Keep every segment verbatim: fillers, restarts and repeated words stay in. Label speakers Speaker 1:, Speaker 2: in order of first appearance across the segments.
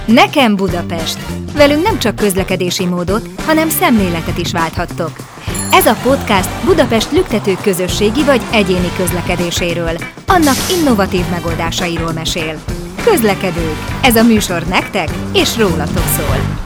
Speaker 1: Nekem Budapest. Velünk nem csak közlekedési módot, hanem szemléletet is válthattok. Ez a podcast Budapest lüktető közösségi vagy egyéni közlekedéséről, annak innovatív megoldásairól mesél. Közlekedők. Ez a műsor nektek és rólatok szól.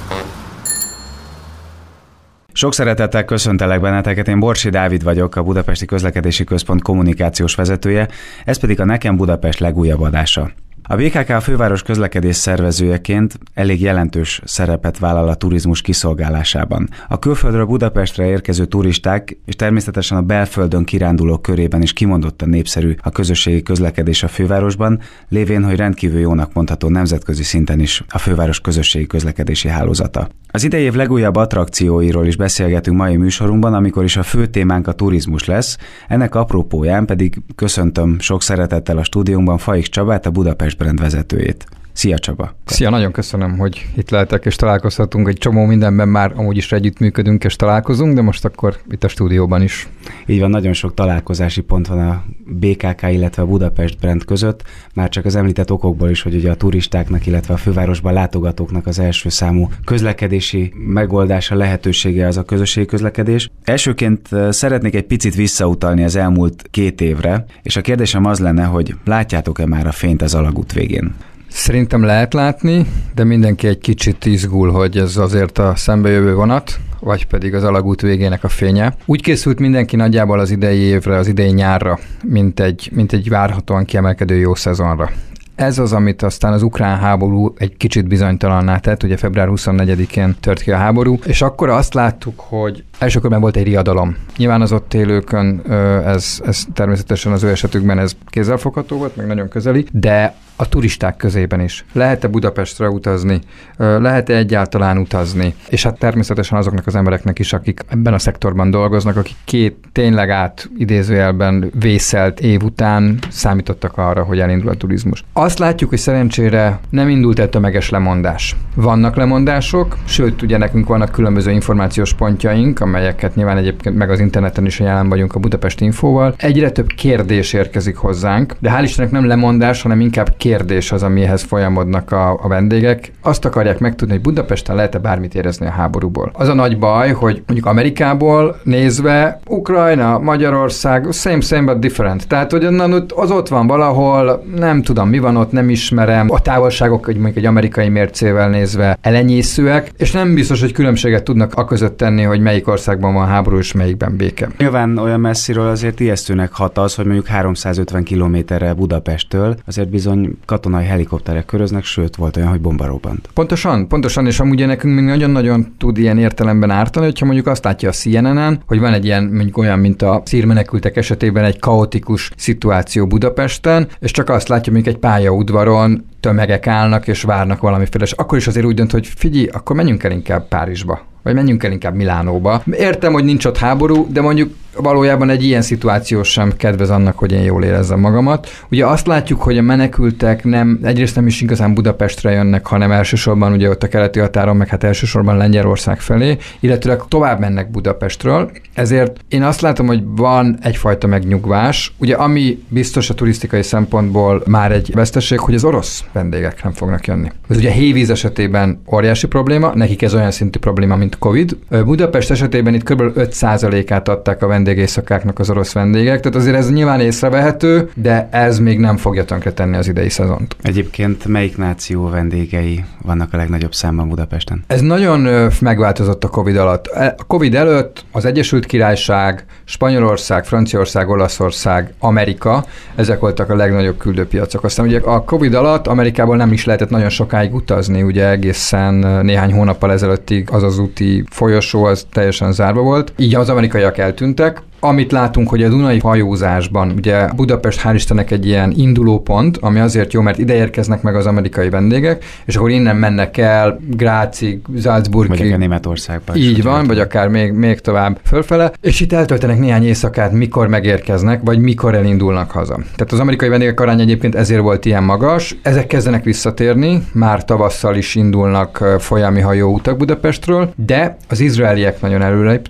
Speaker 2: Sok szeretettel köszöntelek benneteket, én Borsi Dávid vagyok, a Budapesti Közlekedési Központ kommunikációs vezetője, ez pedig a Nekem Budapest legújabb adása. A bé ká ká a főváros közlekedés szervezőjeként elég jelentős szerepet vállal a turizmus kiszolgálásában. A külföldről Budapestre érkező turisták és természetesen a belföldön kirándulók körében is kimondottan népszerű a közösségi közlekedés a fővárosban, lévén, hogy rendkívül jónak mondható nemzetközi szinten is a főváros közösségi közlekedési hálózata. Az idei év legújabb attrakcióiról is beszélgetünk mai műsorunkban, amikor is a fő témánk a turizmus lesz. Ennek apropóján pedig köszöntöm sok szeretettel a stúdiónkban Faix Csabát, a Budapest brand vezetőjét. Szia Csaba!
Speaker 3: Szia, nagyon köszönöm, hogy itt lehetek és találkozhatunk. Egy csomó mindenben már amúgy is együttműködünk és találkozunk, de most akkor itt a stúdióban is.
Speaker 2: Így van, nagyon sok találkozási pont van a bé ká ká, illetve a Budapest brand között, már csak az említett okokból is, hogy ugye a turistáknak, illetve a fővárosban látogatóknak az első számú közlekedési megoldása, lehetősége az a közösségi közlekedés. Elsőként szeretnék egy picit visszautalni az elmúlt két évre, és a kérdésem az lenne, hogy látjátok-e már a fényt az alagút végén?
Speaker 3: Szerintem lehet látni, de mindenki egy kicsit izgul, hogy ez azért a szembejövő vonat, vagy pedig az alagút végének a fénye. Úgy készült mindenki nagyjából az idei évre, az idei nyárra, mint egy, mint egy várhatóan kiemelkedő jó szezonra. Ez az, amit aztán az ukrán háború egy kicsit bizonytalanná tett, ugye február huszonnegyedikén tört ki a háború, és akkor azt láttuk, hogy első körben volt egy riadalom. Nyilván az ott élőkön ez, ez természetesen az ő esetükben ez kézzelfogható volt, meg nagyon közeli, de a turisták közében is. Lehet-e Budapestre utazni? Lehet-e egyáltalán utazni? És hát természetesen azoknak az embereknek is, akik ebben a szektorban dolgoznak, akik két tényleg át idézőjelben vészelt év után számítottak arra, hogy elindul a turizmus. Azt látjuk, hogy szerencsére nem indult el tömeges lemondás. Vannak lemondások, sőt, ugye nekünk vannak különböző információs pontjaink, amelyeket nyilván egyébként meg az interneten is jelen vagyunk a Budapest Infóval. Egyre több kérdés érkezik hozzánk, de hál' Istennek nem lemondás, hanem inkább kérdés az, amihez folyamodnak a, a vendégek. Azt akarják megtudni, hogy Budapesten lehet-e bármit érezni a háborúból. Az a nagy baj, hogy mondjuk Amerikából nézve Ukrajna, Magyarország, same, same, but different. Tehát, hogy onnan az ott van valahol, nem tudom, mi van ott, nem ismerem. A távolságok, hogy mondjuk egy amerikai mércével nézve elenyészőek, és nem biztos, hogy különbséget tudnak aközött tenni, hogy melyik országban van háború és melyikben béke.
Speaker 2: Nyilván olyan messziről azért ijesztőnek hat az, hogy mondjuk háromszázötven kilométerrel Budapesttől azért bizony katonai helikopterek köröznek, sőt, volt olyan, hogy bomba robbant.
Speaker 3: Pontosan, pontosan, és amúgy nekünk még nagyon-nagyon tud ilyen értelemben ártani, hogyha mondjuk azt látja a cé en en-en, hogy van egy ilyen, mondjuk olyan, mint a szírmenekültek esetében egy kaotikus szituáció Budapesten, és csak azt látja, mondjuk egy pályaudvaron tömegek állnak és várnak valamiféle, és akkor is azért úgy dönt, hogy figyelj, akkor menjünk el inkább Párizsba, vagy menjünk el inkább Milánóba. Értem, hogy nincs ott háború, de mondjuk valójában egy ilyen szituáció sem kedvez annak, hogy én jól érezzem magamat. Ugye azt látjuk, hogy a menekültek nem, egyrészt nem is igazán Budapestre jönnek, hanem elsősorban ugye ott a keleti határon, meg hát elsősorban Lengyelország felé, illetőleg tovább mennek Budapestről. Ezért én azt látom, hogy van egyfajta megnyugvás. Ugye ami biztos a turisztikai szempontból már egy veszteség, hogy az orosz vendégek nem fognak jönni. Ez ugye hévíz esetében óriási probléma, nekik ez olyan szintű probléma, mint Covid. Budapest esetében itt kb. öt százalékát adták a vendégészakáknak az orosz vendégek, tehát azért ez nyilván észrevehető, de ez még nem fogja tönkretenni az idei szezont.
Speaker 2: Egyébként melyik náció vendégei vannak a legnagyobb számban Budapesten?
Speaker 3: Ez nagyon megváltozott a Covid alatt. A Covid előtt az Egyesült Királyság, Spanyolország, Franciaország, Olaszország, Amerika, ezek voltak a legnagyobb küldőpiacok. Aztán ugye a Covid alatt Amerikából nem is lehetett nagyon sokáig utazni, ugye egészen néhány hónappal ezelőttig az az úti folyosó az teljesen zárva volt. Így az amerikaiak eltűntek. Amit látunk, hogy a Dunai hajózásban, ugye Budapest hál' Istennek egy ilyen indulópont, ami azért jó, mert ide érkeznek meg az amerikai vendégek, és akkor innen mennek el Grazig, Salzburgig.
Speaker 2: Vagy a Németországban.
Speaker 3: Így van, vagy akár még, még tovább fölfele, és itt eltöltenek néhány éjszakát, mikor megérkeznek, vagy mikor elindulnak haza. Tehát az amerikai vendégek arány egyébként ezért volt ilyen magas. Ezek kezdenek visszatérni, már tavasszal is indulnak folyami hajóutak Budapestről, de az izraeliek nagyon előreléptek.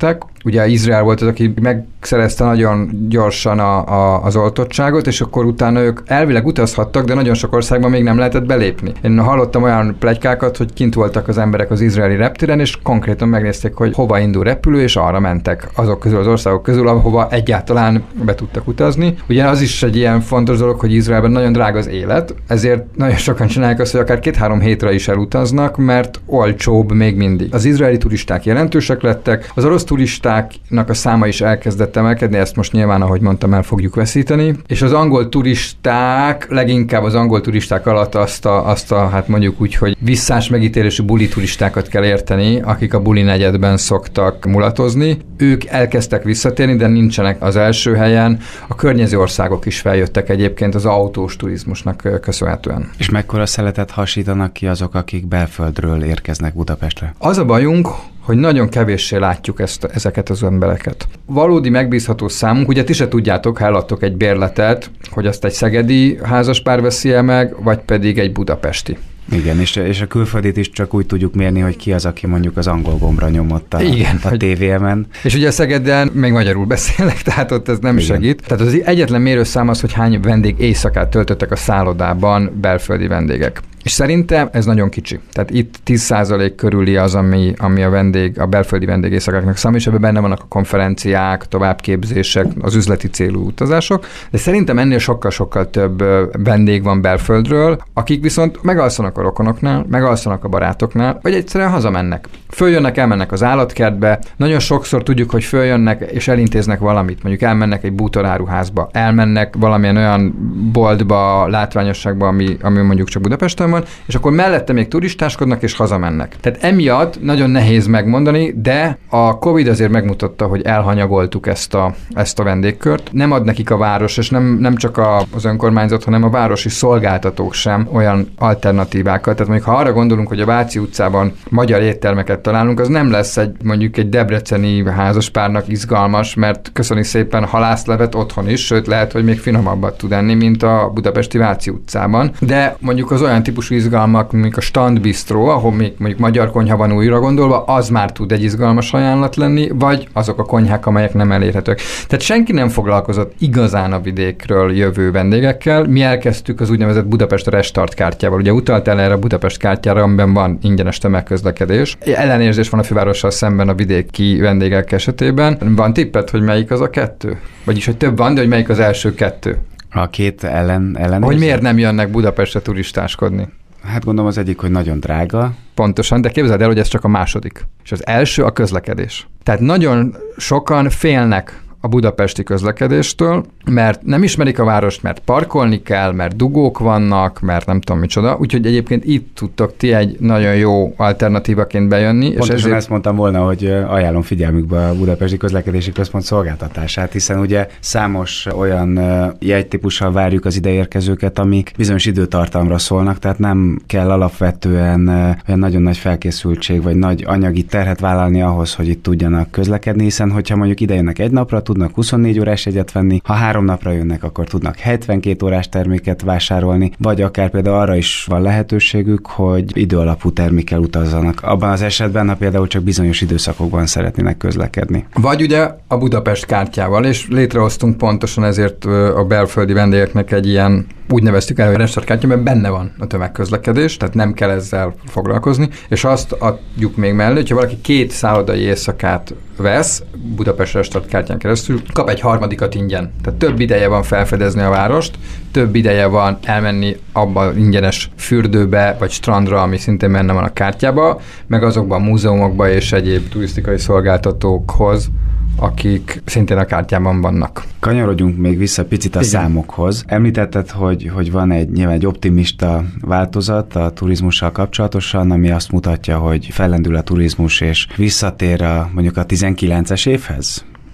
Speaker 3: Ugye Izrael volt az, aki megszerezte nagyon gyorsan a, a, az oltottságot, és akkor utána ők elvileg utazhattak, de nagyon sok országban még nem lehetett belépni. Én hallottam olyan pletykákat, hogy kint voltak az emberek az izraeli reptéren, és konkrétan megnézték, hogy hova indul repülő, és arra mentek azok közül az országok közül, ahova egyáltalán be tudtak utazni. Ugye az is egy ilyen fontos dolog, hogy Izraelben nagyon drága az élet, ezért nagyon sokan csinálják azt, hogy akár két-három hétre is elutaznak, mert olcsóbb még mindig. Az izraeli turisták jelentősek lettek, az orosz turistáknak a száma is elkezdett emelkedni, ezt most nyilván, ahogy mondtam, el fogjuk veszíteni, és az angol turisták, leginkább az angol turisták alatt azt a, azt a hát mondjuk úgy, hogy visszás megítélésű buli turistákat kell érteni, akik a buli negyedben szoktak mulatozni. Ők elkezdtek visszatérni, de nincsenek az első helyen. A környező országok is feljöttek egyébként az autós turizmusnak köszönhetően.
Speaker 2: És mekkora szeletet hasítanak ki azok, akik belföldről érkeznek Budapestre?
Speaker 3: Az a bajunk, hogy nagyon kevéssé látjuk ezt, ezeket az embereket. Valódi megbízható számunk, ugye ti se tudjátok, ha eladtok egy bérletet, hogy azt egy szegedi házaspár veszi el meg, vagy pedig egy budapesti.
Speaker 2: Igen, és, és a külföldit is csak úgy tudjuk mérni, hogy ki az, aki mondjuk az angol gombra nyomott a,
Speaker 3: Igen,
Speaker 2: a té vé em-en.
Speaker 3: És ugye a Szegeden még magyarul beszélnek, tehát ott ez nem Igen. segít. Tehát az egyetlen mérőszám az, hogy hány vendég éjszakát töltöttek a szállodában belföldi vendégek. És szerintem ez nagyon kicsi. Tehát itt tíz százalék körüli az, ami, ami a vendég, a belföldi vendégészakáknak szám, és ebben benne vannak a konferenciák, továbbképzések, az üzleti célú utazások, de szerintem ennél sokkal-sokkal több vendég van belföldről, akik viszont megalszanak a rokonoknál, megalszanak a barátoknál, vagy egyszerűen hazamennek. Följönnek, elmennek az állatkertbe, nagyon sokszor tudjuk, hogy följönnek és elintéznek valamit, mondjuk elmennek egy bútoráruházba, elmennek valamilyen olyan boltba, látványosságba, ami, ami mondjuk csak Budapesten van, és akkor mellette még turistáskodnak és hazamennek. Tehát emiatt nagyon nehéz megmondani, de a Covid azért megmutatta, hogy elhanyagoltuk ezt a, ezt a vendégkört. Nem ad nekik a város, és nem, nem csak a, az önkormányzat, hanem a városi szolgáltatók sem olyan alternatívákat. Tehát mondjuk, ha arra gondolunk, hogy a Váci utcában magyar éttermeket találunk, az nem lesz egy mondjuk egy debreceni házaspárnak izgalmas, mert köszöni szépen halászlevet otthon is, sőt lehet, hogy még finomabbat tud enni, mint a budapesti Váci utcában. De mondjuk az olyan típusú izgalmak, mint a Stand Bistro, ahol még mondjuk magyar konyha van újra gondolva, az már tud egy izgalmas ajánlat lenni, vagy azok a konyhák, amelyek nem elérhetők. Tehát senki nem foglalkozott igazán a vidékről jövő vendégekkel. Mi elkezdtük az úgynevezett Budapest Restart kártyával. Ugye utaltál erre a Budapest kártyára, amiben van ingyenes tömegközlekedés. Ellenérzés van a fővárossal szemben a vidéki vendégek esetében. Van tippet, hogy melyik az a kettő? Vagyis, hogy több van, de hogy melyik az első kettő?
Speaker 2: A két ellen, ellen
Speaker 3: Hogy miért nem jönnek Budapestre turistáskodni?
Speaker 2: Hát gondolom az egyik, hogy nagyon drága.
Speaker 3: Pontosan, de képzeld el, hogy ez csak a második. És az első a közlekedés. Tehát nagyon sokan félnek a budapesti közlekedéstől, mert nem ismerik a várost, mert parkolni kell, mert dugók vannak, mert nem tudom micsoda. Úgyhogy egyébként itt tudtok ti egy nagyon jó alternatívaként bejönni.
Speaker 2: Pontosan és ezért... ezt mondtam volna, hogy ajánlom figyelmükbe a Budapesti Közlekedési Központ szolgáltatását, hiszen ugye számos olyan jegytípussal várjuk az ideérkezőket, amik bizonyos időtartamra szólnak, tehát nem kell alapvetően olyan nagyon nagy felkészültség, vagy nagy anyagi terhet vállalni ahhoz, hogy itt tudjanak közlekedni, hiszen hogyha mondjuk idejönnek egy napra, tudnak huszonnégy órás jegyet venni, ha három napra jönnek, akkor tudnak hetvenkét órás terméket vásárolni, vagy akár például arra is van lehetőségük, hogy időalapú termékkel utazzanak. Abban az esetben, ha például csak bizonyos időszakokban szeretnének közlekedni.
Speaker 3: Vagy ugye a Budapest kártyával, és létrehoztunk pontosan ezért a belföldi vendégeknek egy ilyen, úgy neveztük el, hogy restartkártya, mert benne van a tömegközlekedés, tehát nem kell ezzel foglalkozni, és azt adjuk még mellé, hogyha valaki két szállodai éjszakát vesz Budapest restartkártyán keresztül, kap egy harmadikat ingyen. Tehát több ideje van felfedezni a várost, több ideje van elmenni abba ingyenes fürdőbe, vagy strandra, ami szintén benne van a kártyába, meg azokban a múzeumokba és egyéb turisztikai szolgáltatókhoz, akik szintén a kártyában vannak.
Speaker 2: Kanyarodjunk még vissza picit a Igen. számokhoz. Említetted, hogy, hogy van egy nyilván egy optimista változat a turizmussal kapcsolatosan, ami azt mutatja, hogy fellendül a turizmus, és visszatér a, mondjuk a tizenkilences évhez?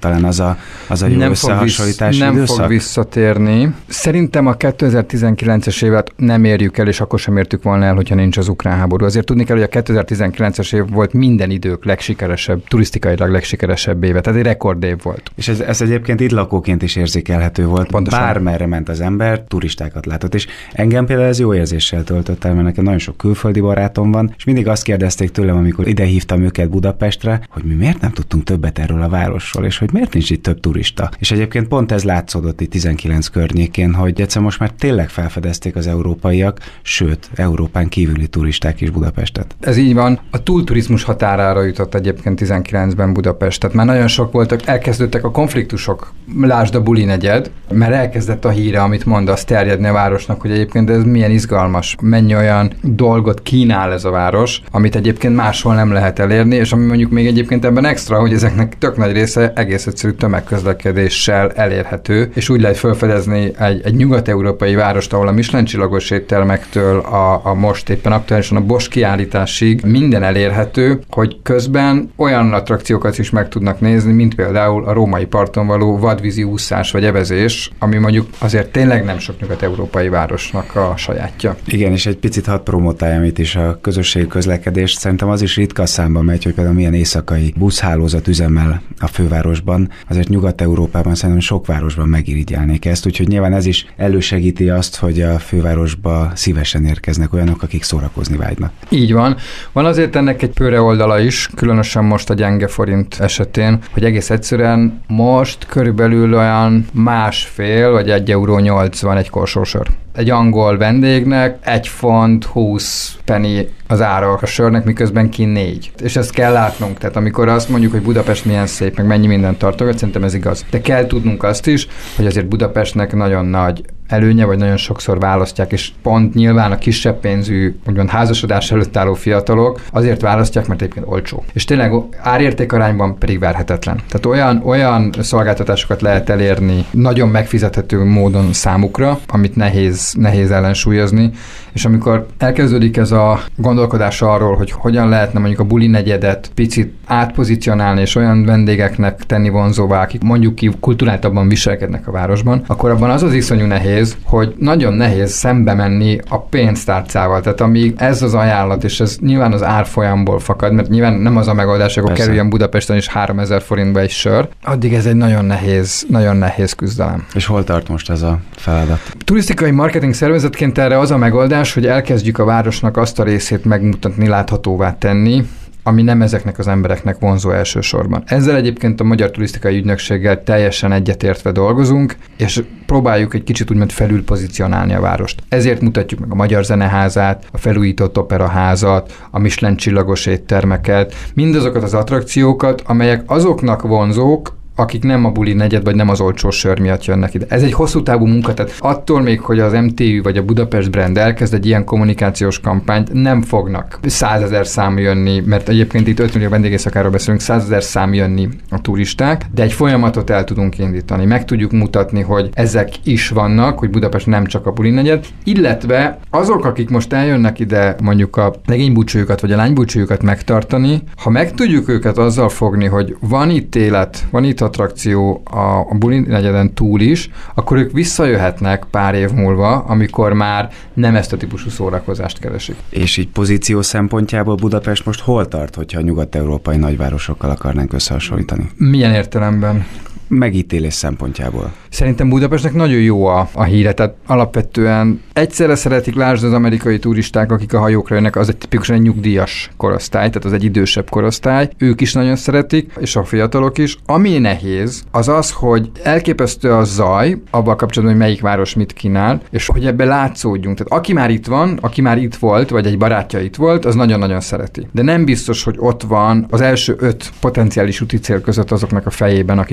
Speaker 2: Talán az a, az a jó
Speaker 3: nem
Speaker 2: összehasonlítási
Speaker 3: fog vissz,
Speaker 2: időszak?
Speaker 3: Nem fog visszatérni. Szerintem a kétezer-tizenkilences évet nem érjük el, és akkor sem értük volna el, hogyha nincs az ukrán háború. Azért tudni kell, hogy a kétezer-tizenkilences év volt minden idők legsikeresebb, turisztikailag legsikeresebb éve, tehát egy rekordév volt.
Speaker 2: És ez, ez egyébként itt lakóként is érzékelhető volt.
Speaker 3: Pontosan.
Speaker 2: Bármerre ment az ember, turistákat látott, és engem például ez jó érzéssel töltött el, mert nekem nagyon sok külföldi barátom van, és mindig azt kérdezték tőlem, amikor ide hívtam őket Budapestre, hogy mi miért nem tudtunk többet erről a városról, és hogy miért nincs itt több turista. És egyébként pont ez látszódott itt tizenkilenc környékén, hogy egyszer most már tényleg felfedezték az európaiak, sőt, Európán kívüli turisták is Budapestet.
Speaker 3: Ez így van. A túlturizmus határára jutott egyébként tizenkilencben Budapest. Tehát már nagyon sok voltak, elkezdődtek a konfliktusok. Lásd a Buli negyed, mert elkezdett a híre, amit mondasz, terjedni a városnak, hogy egyébként ez milyen izgalmas, mennyi olyan dolgot kínál ez a város, amit egyébként máshol nem lehet elérni, és ami mondjuk még egyébként ebben extra, hogy ezeknek tök nagy része egész egyszerű tömegközlekedéssel elérhető, és úgy lehet felfedezni egy, egy nyugat-európai várost, ahol a Michelin csillagos éttermektől a, a most éppen aktuálisan a Bosch kiállításig minden elérhető, hogy közben olyan attrakciókat is meg tudnak nézni, mint például a római parton való vadvízi úszás vagy evezés, ami mondjuk azért tényleg nem sok nyugat-európai városnak a sajátja.
Speaker 2: Igen, és egy picit hadd promotáljam itt is a közösségi közlekedést. Szerintem az is ritka számban megy, hogy például milyen éjszakai buszhálózat üzemel a fővárosban. Azért Nyugat-Európában szerintem sok városban megirigyelnék ezt, úgyhogy nyilván ez is elősegíti azt, hogy a fővárosba szívesen érkeznek olyanok, akik szórakozni vágynak.
Speaker 3: Így van. Van azért ennek egy pőre oldala is, különösen most a gyenge forint esetén, hogy egész egyszerűen most körülbelül olyan másfél vagy egy euró nyolcvan egy korsósör. Egy angol vendégnek egy font húsz penny az ára a sörnek, miközben ki négy. És ezt kell látnunk. Tehát amikor azt mondjuk, hogy Budapest milyen szép, meg mennyi mindent tartogat, szerintem ez igaz. De kell tudnunk azt is, hogy azért Budapestnek nagyon nagy előnye, vagy nagyon sokszor választják, és pont nyilván a kisebb pénzű, úgymond házasodás előtt álló fiatalok azért választják, mert egyébként olcsó. És tényleg árérték arányban pedig verhetetlen. Tehát olyan, olyan szolgáltatásokat lehet elérni nagyon megfizethető módon számukra, amit nehéz, nehéz ellensúlyozni, és amikor elkezdődik ez a gondolkodás arról, hogy hogyan lehetne mondjuk a Buli negyedet picit átpozicionálni, és olyan vendégeknek tenni vonzóvá, akik mondjuk ki kulturáltabban viselkednek a városban, akkor abban az az iszonyú nehéz, hogy nagyon nehéz szembe menni a pénztárcával. Tehát amíg ez az ajánlat, és ez nyilván az árfolyamból fakad, mert nyilván nem az a megoldás, hogy kerüljön Budapesten is háromezer forintba egy sör, addig ez egy nagyon nehéz, nagyon nehéz küzdelem.
Speaker 2: És hol tart most ez a feladat?
Speaker 3: Turisztikai marketing szervezetként erre az a megoldás, hogy elkezdjük a városnak azt a részét megmutatni, láthatóvá tenni, ami nem ezeknek az embereknek vonzó elsősorban. Ezzel egyébként a Magyar Turisztikai Ügynökséggel teljesen egyetértve dolgozunk, és próbáljuk egy kicsit úgymond felül pozícionálni a várost. Ezért mutatjuk meg a Magyar Zeneházát, a felújított operaházat, a Michelin csillagos éttermeket, mindazokat az attrakciókat, amelyek azoknak vonzók, akik nem a Buli negyed, vagy nem az olcsó sör miatt jönnek ide. Ez egy hosszú távú munka, tehát attól még, hogy az em té ü vagy a Budapest Brand elkezd egy ilyen kommunikációs kampányt, nem fognak százezer szám jönni, mert egyébként itt öt millió vendégészakáról beszélünk, százezer szám jönni a turisták, de egy folyamatot el tudunk indítani. Meg tudjuk mutatni, hogy ezek is vannak, hogy Budapest nem csak a Buli negyed, illetve azok, akik most eljönnek ide mondjuk a legénybúcsújukat vagy a lánybúcsújukat megtartani, ha meg tudjuk őket azzal fogni, hogy van itt élet, van itt attrakció a, a Buli negyeden túl is, akkor ők visszajöhetnek pár év múlva, amikor már nem ezt a típusú szórakozást keresik.
Speaker 2: És így pozíció szempontjából Budapest most hol tart, hogyha a nyugat-európai nagyvárosokkal akarnánk összehasonlítani?
Speaker 3: Milyen értelemben?
Speaker 2: Megítélés szempontjából.
Speaker 3: Szerintem Budapestnek nagyon jó a, a híre, tehát alapvetően egyszerre szeretik, lásd az amerikai turisták, akik a hajókra jönnek, az egy tipikusan egy nyugdíjas korosztály, tehát az egy idősebb korosztály, ők is nagyon szeretik, és a fiatalok is. Ami nehéz, az az, hogy elképesztő a zaj, abban kapcsolatban, hogy melyik város mit kínál, és hogy ebbe látszódjunk. Tehát aki már itt van, aki már itt volt, vagy egy barátja itt volt, az nagyon-nagyon szereti. De nem biztos, hogy ott van az első öt potenciális úti cél között azoknak a fejében, akik utazást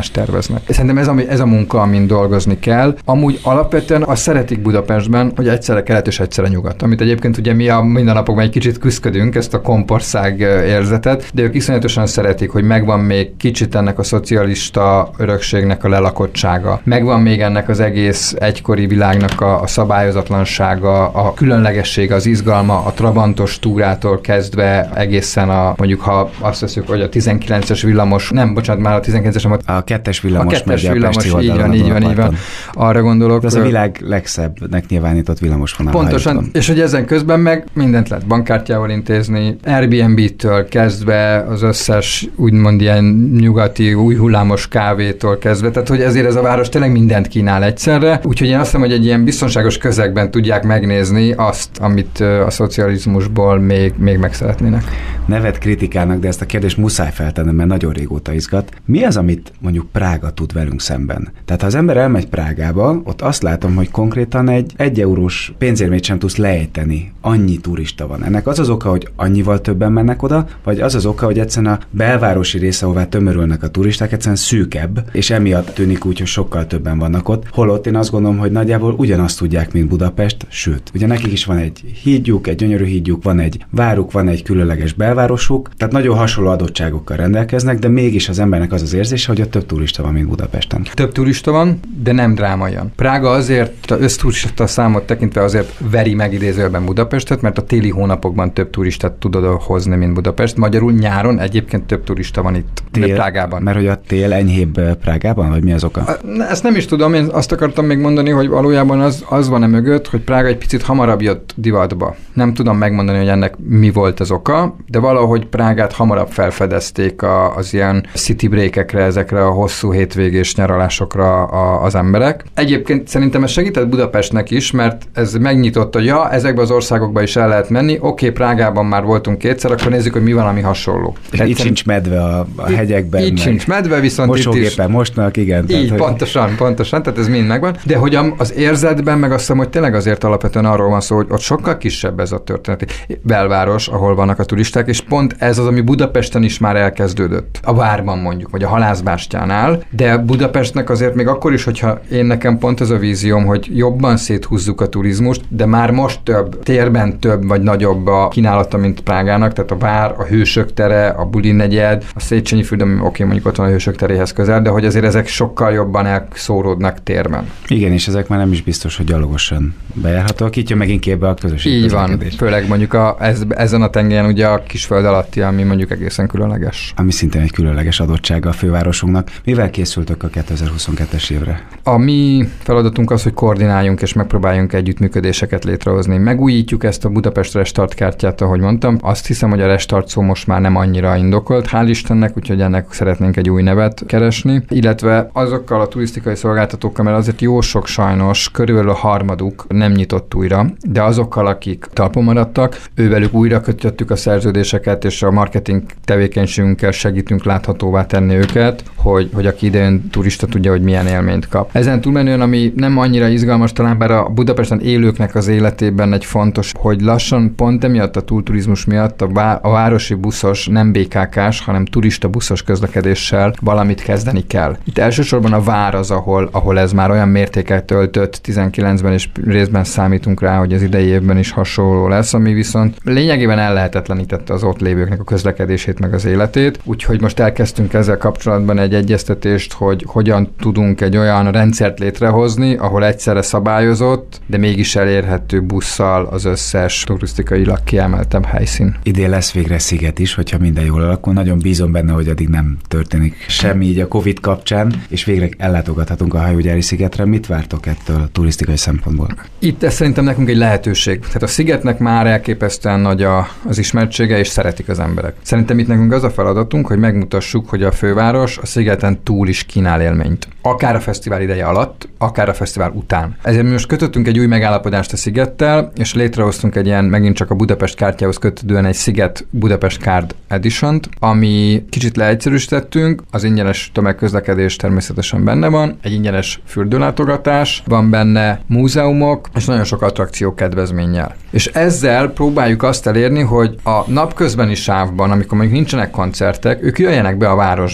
Speaker 3: mást terveznek. Szerintem ez a, ez a munka, amin dolgozni kell. Amúgy alapvetően azt szeretik Budapestben, hogy egyszerre kelet és egyszerre nyugat. Amit egyébként ugye mi a mindennapokban egy kicsit küszködünk, ezt a kompország érzetet, de ők iszonyatosan szeretik, hogy megvan még kicsit ennek a szocialista örökségnek a lelakottsága. Megvan még ennek az egész egykori világnak a, a szabályozatlansága, a különlegessége, az izgalma, a trabantos túrától kezdve egészen a, mondjuk ha azt veszük, hogy a tizenkilences villamos, nem, bocsánat, már a tizenkilences,
Speaker 2: a kettes villamos,
Speaker 3: a kettes villamos, így van, így van, így van. Arra gondolok.
Speaker 2: Ez a világ legszebbnek nyilvánított villamosvonal.
Speaker 3: Pontosan, és hogy ezen közben meg mindent lehet bankkártyával intézni, Airbnb-től kezdve az összes úgymond ilyen nyugati, új hullámos kávétól kezdve, tehát hogy ezért ez a város tényleg mindent kínál egyszerre, úgyhogy én azt hiszem, hogy egy ilyen biztonságos közegben tudják megnézni azt, amit a szocializmusból még, még meg szeretnének.
Speaker 2: Nevet kritikának, de ezt a kérdést muszáj feltennem, mert nagyon régóta izgat. Mi az, amit mondjuk Prága tud velünk szemben? Tehát ha az ember elmegy Prágába, ott azt látom, hogy konkrétan egy egy eurós pénzérmét sem tudsz lejteni. Annyi turista van. Ennek az az oka, hogy annyival többen mennek oda, vagy az az oka, hogy egyszerűen a belvárosi része, ahová tömörülnek a turisták, egyszerűen szűkebb, és emiatt tűnik úgy, hogy sokkal többen vannak ott. Holott én azt gondolom, hogy nagyjából ugyanazt tudják, mint Budapest, sőt, ugye nekik is van egy hídjuk, egy gyönyörű hídjuk, van egy váruk, van egy különleges belvárosuk, tehát nagyon hasonló adottságokkal rendelkeznek, de mégis az embernek az az érzése, hogy ott több turista van, mint Budapesten.
Speaker 3: Több turista van, de nem drámaian. Prága azért, az összturista számot tekintve azért veri meg idézőjelben Budapestet, mert a téli hónapokban több turistát tudod hozni, mint Budapest. Magyarul nyáron egyébként több turista van itt, tél, Prágában.
Speaker 2: Mert hogy a tél enyhébb Prágában, vagy mi az oka?
Speaker 3: Ezt nem is tudom, én azt akartam még mondani, hogy valójában az, az van-e mögött, hogy Prága egy picit hamarabb jött divatba. Nem tudom megmondani, hogy ennek mi volt az oka, de valahogy Prágát hamarabb felfedezték a, az ilyen city break-ekre, ezekre a hosszú hétvégés nyaralásokra a, az emberek. Egyébként szerintem ez segített Budapestnek is, mert ez megnyitotta, hogy ja, ezekbe az országokba is el lehet menni, oké, okay, Prágában már voltunk kétszer, akkor nézzük, hogy mi van, ami hasonló.
Speaker 2: És itt sincs medve a, a hegyekben.
Speaker 3: Itt sincs medve, viszont itt is.
Speaker 2: mostnak, igen.
Speaker 3: Így, tehát, pontosan, hogy... pontosan, tehát ez mind megvan. De hogy az érzetben meg azt hiszem, hogy tényleg azért alapvetően arról van szó, hogy ott sokkal kisebb ez a történeti belváros, ahol vannak a turisták, és pont ez az, ami Budapesten is már elkezdődött. A várban mondjuk, vagy a Halászbástyánál, de Budapestnek azért még akkor is, hogyha én nekem pont ez a vízióm, hogy jobban széthúzzuk a turizmust, de már most több, térben több, vagy nagyobb a kínálata, mint Prágának, tehát a vár, a Hősök tere, a Buli negyed, a Széchenyi fürdő, oké, okay, mondjuk ott van a Hősök teréhez közel, de hogy azért ezek sokkal jobban elszóródnak térben.
Speaker 2: Igen, és ezek már nem is biztos, hogy gyalogosan bejárhatóak. Itt jön megint képbe a közösség.
Speaker 3: Így van, főleg mondjuk a, ez, ezen a tengeren ugye a Kisföld alatti, ami mondjuk egészen különleges.
Speaker 2: Ami szintén egy különleges adottsága a fővárosunknak. Mivel készültök a kétezer-huszonkettes évre?
Speaker 3: A mi feladatunk az, hogy koordináljunk és megpróbáljunk együttműködéseket létrehozni. Megújítjuk ezt a Budapest Restart kártyát, ahogy mondtam. Azt hiszem, hogy a Restart szó most már nem annyira indokolt, hál' Istennek, úgyhogy ennek szeretnénk egy új nevet keresni. Illetve azokkal a turisztikai szolgáltatókkal, mert azért jó sok sajnos, körülbelül a harmaduk nem nyitott újra, de azokkal, akik talpon maradtak, ővelük újra kötöttük a szerződéseket, és a marketing tevékenységünkkel segítünk láthatóvá tenni őket, hogy, hogy aki idejön turista tudja, hogy milyen élményt kap. Ezen túlmenően, ami nem annyira izgalmas, talán bár a Budapesten élőknek az életében egy fontos, hogy lassan pont emiatt a túlturizmus miatt a, vá- a városi buszos, nem bé ká ká-s, hanem turista buszos közlekedéssel valamit kezdeni kell. Itt elsősorban a vár az, ahol, ahol ez már olyan mértéket öltött tizenkilencben, és részben számítunk rá, hogy az idei évben is hasonló lesz, ami viszont lényegében ellehetetlenítette az ott lévőknek a közlekedését meg az életét. Úgyhogy most elkezdtünk ezzel kapcsolatban egy egyeztetést, hogy hogyan tudunk egy olyan rendszert létrehozni, ahol egyszerre szabályozott, de mégis elérhető busszal az összes turisztikailag kiemeltebb helyszín.
Speaker 2: Idén lesz végre sziget is, hogyha minden jól alakul. Nagyon bízom benne, hogy addig nem történik semmi így a Covid kapcsán, és végre ellátogathatunk a hajógyári szigetre. Mit vártok ettől a turisztikai szempontból?
Speaker 3: Itt ez szerintem nekünk egy lehetőség. Tehát a szigetnek már elképesztően nagy a, az ismertsége, és szeretik az emberek. Szerintem itt nekünk az a feladatunk, hogy megmutassuk, hogy a főváros a szigeten túl is kínál élményt. Akár a fesztivál ideje alatt, akár a fesztivál után. Ezért mi most kötöttünk egy új megállapodást a Szigettel, és létrehoztunk egy ilyen, megint csak a Budapest kártyához kötődően egy Sziget Budapest Card Edition-t, ami kicsit leegyszerűsítettünk, az ingyenes tömegközlekedés természetesen benne van, egy ingyenes fürdőlátogatás, van benne múzeumok, és nagyon sok attrakció kedvezménnyel. És ezzel próbáljuk azt elérni, hogy a napközbeni sávban, amikor mondjuk nincsenek koncertek, ők jöjjenek be a városba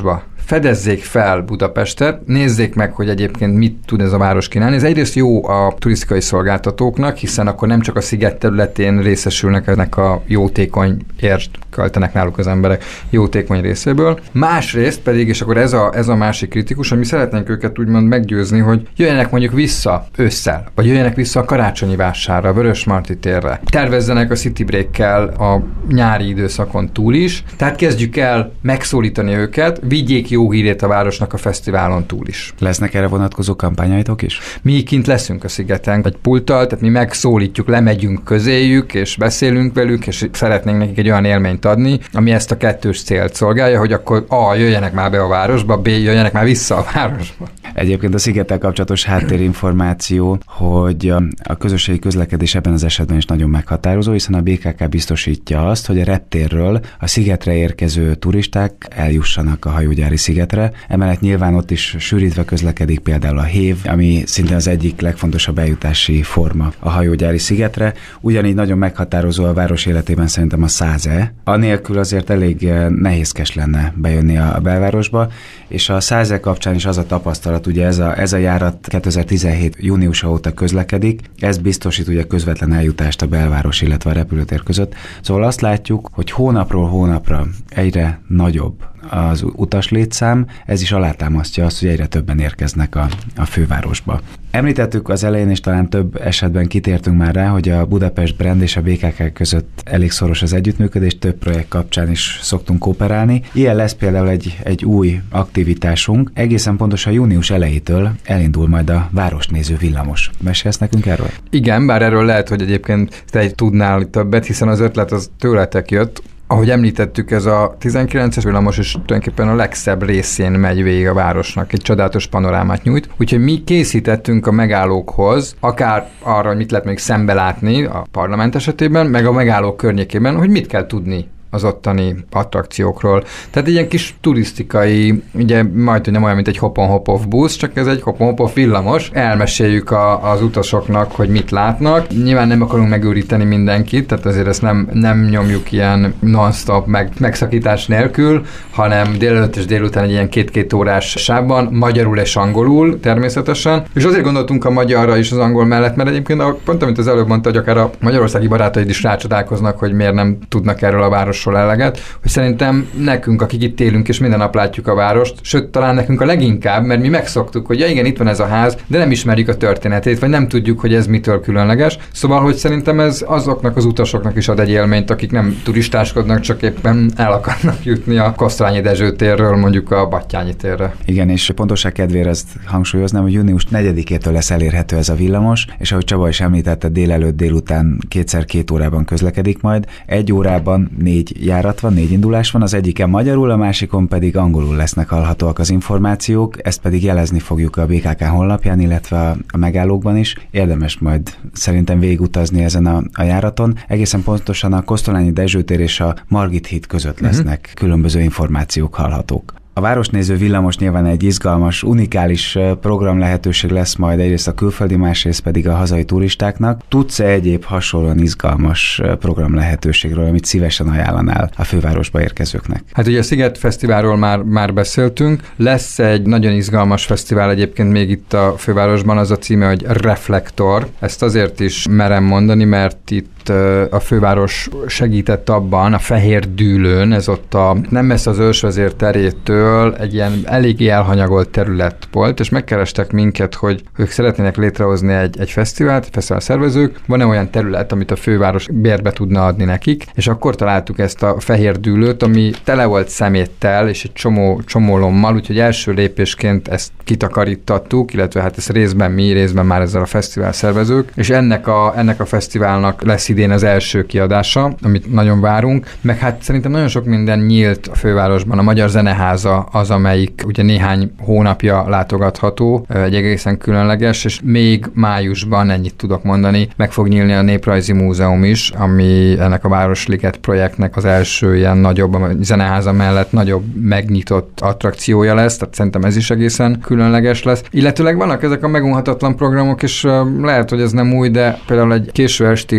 Speaker 3: fedezzék fel Budapestet, nézzék meg, hogy egyébként mit tud ez a város kínálni. Ez egyrészt jó a turisztikai szolgáltatóknak, hiszen akkor nem csak a sziget területén részesülnek ennek a jótékonyért, költenek náluk az emberek jótékony részéből. Másrészt pedig, és akkor ez a, ez a másik kritikus, hogy mi szeretnénk őket úgymond meggyőzni, hogy jöjjenek mondjuk vissza ősszel, vagy jöjjenek vissza a karácsonyi vásárra, a Vörösmarty térre. Tervezzenek a City Break-kel a nyári időszakon túl is, tehát kezdjük el megszólítani őket, vigyék jó hírét a városnak a fesztiválon túl is.
Speaker 2: Lesznek erre vonatkozó kampányaitok is?
Speaker 3: Mi kint leszünk a szigeten egy pulttal, tehát mi megszólítjuk, lemegyünk közéjük, és beszélünk velük, és szeretnénk nekik egy olyan élményt adni, ami ezt a kettős célt szolgálja, hogy akkor A, jöjjenek már be a városba, B, jöjjenek már vissza a városba.
Speaker 2: Egyébként a szigettel kapcsolatos háttérinformáció, hogy a, a közösségi közlekedés ebben az esetben is nagyon meghatározó, hiszen a bé ká ká biztosítja azt, hogy a reptérről a szigetre érkező turisták eljussanak a hajógyári szigetre. Emellett nyilván ott is sűrítve közlekedik például a hév, ami szinte az egyik legfontosabb eljutási forma a hajógyári szigetre. Ugyanígy nagyon meghatározó a város életében szerintem a száze. Anélkül azért elég nehézkes lenne bejönni a belvárosba, és a száze kapcsán is az a tapasztalat, ugye ez a, ez a járat kétezer-tizenhét júniusa óta közlekedik, ez biztosít ugye közvetlen eljutást a belváros, illetve a repülőtér között. Szóval azt látjuk, hogy hónapról hónapra egyre nagyobb az utas létszám, ez is alátámasztja azt, hogy egyre többen érkeznek a, a fővárosba. Említettük az elején, és talán több esetben kitértünk már rá, hogy a Budapest Brand és a bé ká ká között elég szoros az együttműködés, több projekt kapcsán is szoktunk kooperálni. Ilyen lesz például egy, egy új aktivitásunk. Egészen pontosan június elejétől elindul majd a városnéző villamos. Mesélsz nekünk erről?
Speaker 3: Igen, bár erről lehet, hogy egyébként te tudnál többet, hiszen az ötlet az tőletek jött. Ahogy említettük, ez a tizenkilences villamos is tulajdonképpen a legszebb részén megy végig a városnak, egy csodálatos panorámát nyújt. Úgyhogy mi készítettünk a megállókhoz, akár arra, hogy mit lehet még szembe látni a parlament esetében, meg a megállók környékében, hogy mit kell tudni az ottani attrakciókról. Tehát ilyen kis turisztikai, ugye majd, hogy nem olyan, mint egy hop-on-hop-off busz, csak ez egy hop-on-hop-off villamos. Elmeséljük a, az utasoknak, hogy mit látnak. Nyilván nem akarunk megőríteni mindenkit, tehát azért ezt nem, nem nyomjuk ilyen non-stop meg, megszakítás nélkül, hanem délelőtt és délután egy ilyen két-két órás sávban, magyarul és angolul természetesen. És azért gondoltunk a magyarra is az angol mellett, mert egyébként pont amit az előbb mondta, hogy akár a magyarországi barátaid is rácsodálkoznak, hogy miért nem tudnak erről a városról eleget, hogy szerintem nekünk, akik itt élünk, és minden nap látjuk a várost, sőt, talán nekünk a leginkább, mert mi megszoktuk, hogy ja igen, itt van ez a ház, de nem ismerjük a történetét, vagy nem tudjuk, hogy ez mitől különleges. Szóval, hogy szerintem ez azoknak az utasoknak is ad egy élményt, akik nem turistáskodnak, csak éppen el akarnak jutni a Kosztolányi Dezső térről mondjuk a Battyányi térre.
Speaker 2: Igen, és pontoság kedvére ezt hangsúlyoznám, hogy június negyedikétől lesz elérhető ez a villamos, és ahogy Csaba is említette, délelőtt, délután kétszer két órában közlekedik majd, egy órában négy járat van, négy indulás van, az egyiken magyarul, a másikon pedig angolul lesznek hallhatóak az információk, ezt pedig jelezni fogjuk a bé ká ká honlapján, illetve a, a megállókban is. Érdemes majd szerintem végigutazni ezen a, a járaton. Egészen pontosan a Kosztolányi Dezső tér és a Margit híd között lesznek uh-huh. különböző információk hallhatók. A városnéző villamos nyilván egy izgalmas, unikális program lehetőség lesz majd egyrészt a külföldi, másrészt pedig a hazai turistáknak. Tudsz-e egyéb hasonlóan izgalmas program lehetőségről, amit szívesen ajánlanál a fővárosba érkezőknek?
Speaker 3: Hát ugye a Sziget Fesztiválról már, már beszéltünk. Lesz egy nagyon izgalmas fesztivál egyébként még itt a fővárosban, az a címe, hogy Reflektor. Ezt azért is merem mondani, mert itt a főváros segített abban, a Fehér Dűlőn, ez ott a nem messze az Ősvezér terétől egy ilyen eléggé elhanyagolt terület volt, és megkerestek minket, hogy ők szeretnének létrehozni egy, egy fesztivált, egy fesztivál szervezők, van-e olyan terület, amit a főváros bérbe tudna adni nekik, és akkor találtuk ezt a Fehér Dűlőt, ami tele volt szeméttel, és egy csomó, csomó lommal, úgyhogy első lépésként ezt kitakarítattuk, illetve hát ez részben mi, részben már ezzel a fesztivál szervezők, és ennek a, ennek a fesztiválnak lesz idén az első kiadása, amit nagyon várunk, meg hát szerintem nagyon sok minden nyílt a fővárosban. A Magyar Zeneháza az, amelyik ugye néhány hónapja látogatható, egy egészen különleges, és még májusban, ennyit tudok mondani, meg fog nyílni a Néprajzi Múzeum is, ami ennek a Városliget projektnek az első ilyen nagyobb, a Zeneháza mellett nagyobb megnyitott attrakciója lesz, tehát szerintem ez is egészen különleges lesz. Illetőleg vannak ezek a megunhatatlan programok, és lehet, hogy ez nem új, de például egy késő esti hajókát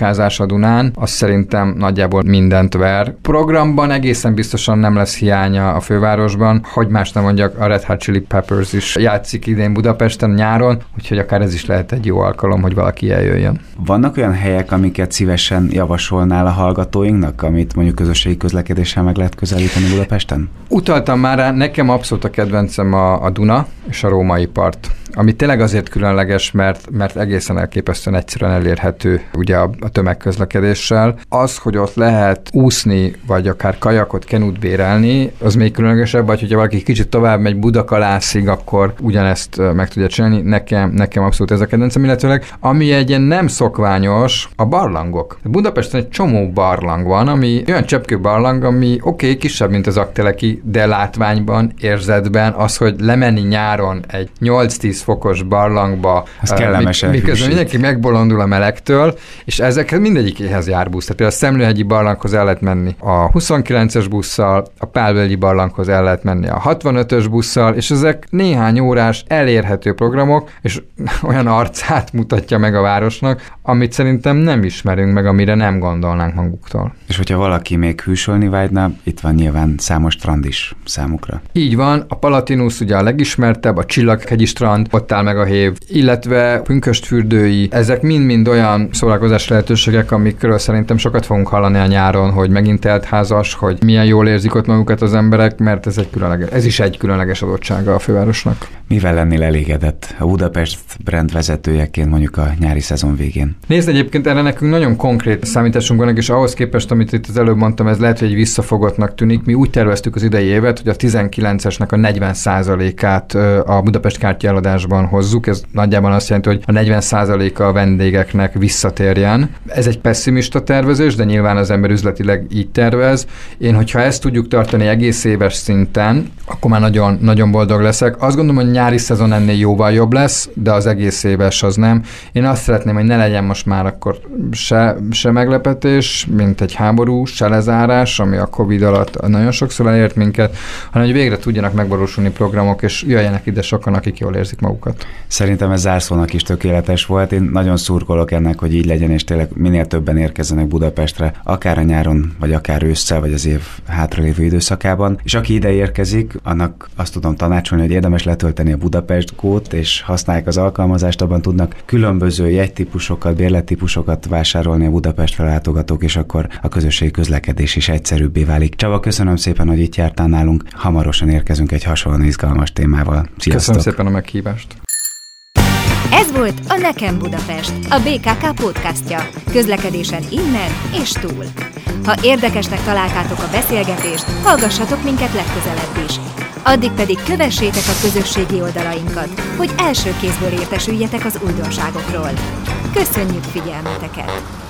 Speaker 3: beruházás a Dunán, az szerintem nagyjából mindent ver. Programban egészen biztosan nem lesz hiánya a fővárosban, hogy más nem mondjak, a Red Hot Chili Peppers is játszik idén Budapesten nyáron, úgyhogy akár ez is lehet egy jó alkalom, hogy valaki eljöjjön.
Speaker 2: Vannak olyan helyek, amiket szívesen javasolnál a hallgatóinknak, amit mondjuk közösségi közlekedéssel meg lehet közelíteni Budapesten?
Speaker 3: Utaltam már rá, nekem abszolút a kedvencem a, a Duna és a római part, ami tényleg azért különleges, mert, mert egészen elképesztően egyszerűen elérhető ugye a, a tömegközlekedéssel. Az, hogy ott lehet úszni, vagy akár kajakot, kenút bérelni, az még különlegesebb, vagy hogyha valaki kicsit tovább megy Budakalászig, akkor ugyanezt meg tudja csinálni. Nekem, nekem abszolút ez a kedvencem, illetőleg ami egy ilyen nem szokványos, a barlangok. Budapesten egy csomó barlang van, ami olyan cseppkő barlang, ami oké, okay, kisebb, mint az Akteleki, de látványban, érzetben az, hogy lemenni nyáron egy nyolc-tíz fokos barlangba,
Speaker 2: ez kellemesen
Speaker 3: miközben hűsít. Mindenki megbolondul a melegtől, és ezek mindegyikéhez jár busz. Tehát például a Szemlőhegyi barlanghoz el lehet menni a huszonkilences busszal, a Pálvölgyi barlanghoz el lehet menni a hatvanötös busszal, és ezek néhány órás elérhető programok, és olyan arcát mutatja meg a városnak, amit szerintem nem ismerünk meg, amire nem gondolnánk maguktól.
Speaker 2: És hogyha valaki még hűsölni vágyna, itt van nyilván számos strand is számukra.
Speaker 3: Így van, a Palatinus ugye a legismertebb, a Csillaghegyi strand, ott áll meg a hév, illetve pünkösdfürdői, ezek mind-mind olyan szórakozási lehetőségek, amikről szerintem sokat fogunk hallani a nyáron, hogy megint teltházas, hogy milyen jól érzik ott magukat az emberek, mert ez, egy különleges, ez is egy különleges adottsága a fővárosnak.
Speaker 2: Mivel lennél elégedett a Budapest brand vezetőjeként mondjuk a nyári szezon végén?
Speaker 3: Nézd, egyébként erre nekünk nagyon konkrét számításunk van, és ahhoz képest, amit itt az előbb mondtam, ez lehet, hogy egy visszafogottnak tűnik. Mi úgy terveztük az idei évet, hogy a tizenkilencesnek a negyven százalékát a Budapest kártyaeladásban hozzuk. Ez nagyjából azt jelenti, hogy a negyven százaléka a vendégeknek visszatérjen. Ez egy pessimista tervezés, de nyilván az ember üzletileg így tervez. Én, hogyha ezt tudjuk tartani egész éves szinten, akkor már nagyon, nagyon boldog leszek. Azt gondolom, hogy nyári szezon ennél jóval jobb lesz, de az egész éves az nem. Én azt szeretném, hogy ne legyen most már akkor se, se meglepetés, mint egy háború, se lezárás, ami a Covid alatt nagyon sokszor elért minket, hanem hogy végre tudjanak megvalósulni programok, és jöjjenek ide sokan, akik jól érzik magukat.
Speaker 2: Szerintem ez zárszónak is tökéletes volt. Én nagyon szurkolok ennek, hogy így legyen, és tényleg minél többen érkezzenek Budapestre, akár a nyáron, vagy akár ősszel, vagy az év hátralévő időszakában. És aki ide érkezik, annak azt tudom tanácsolni, hogy érdemes letölteni a Budapest Go-t, és használják az alkalmazást, abban tudnak különböző jegytípusokat, bérlettípusokat vásárolni a Budapestre látogatók, és akkor a közösségi közlekedés is egyszerűbbé válik. Csaba, köszönöm szépen, hogy itt jártál nálunk. Hamarosan érkezünk egy hasonló izgalmas témával. Sziasztok!
Speaker 3: Köszönöm szépen a meghívást!
Speaker 1: Ez volt a Nekem Budapest, a bé ká ká podcastja. Közlekedésen innen és túl. Ha érdekesnek találtátok a beszélgetést, hallgassatok minket legközelebb is. Addig pedig kövessétek a közösségi oldalainkat, hogy első kézből értesüljetek az újdonságokról. Köszönjük figyelmeteket!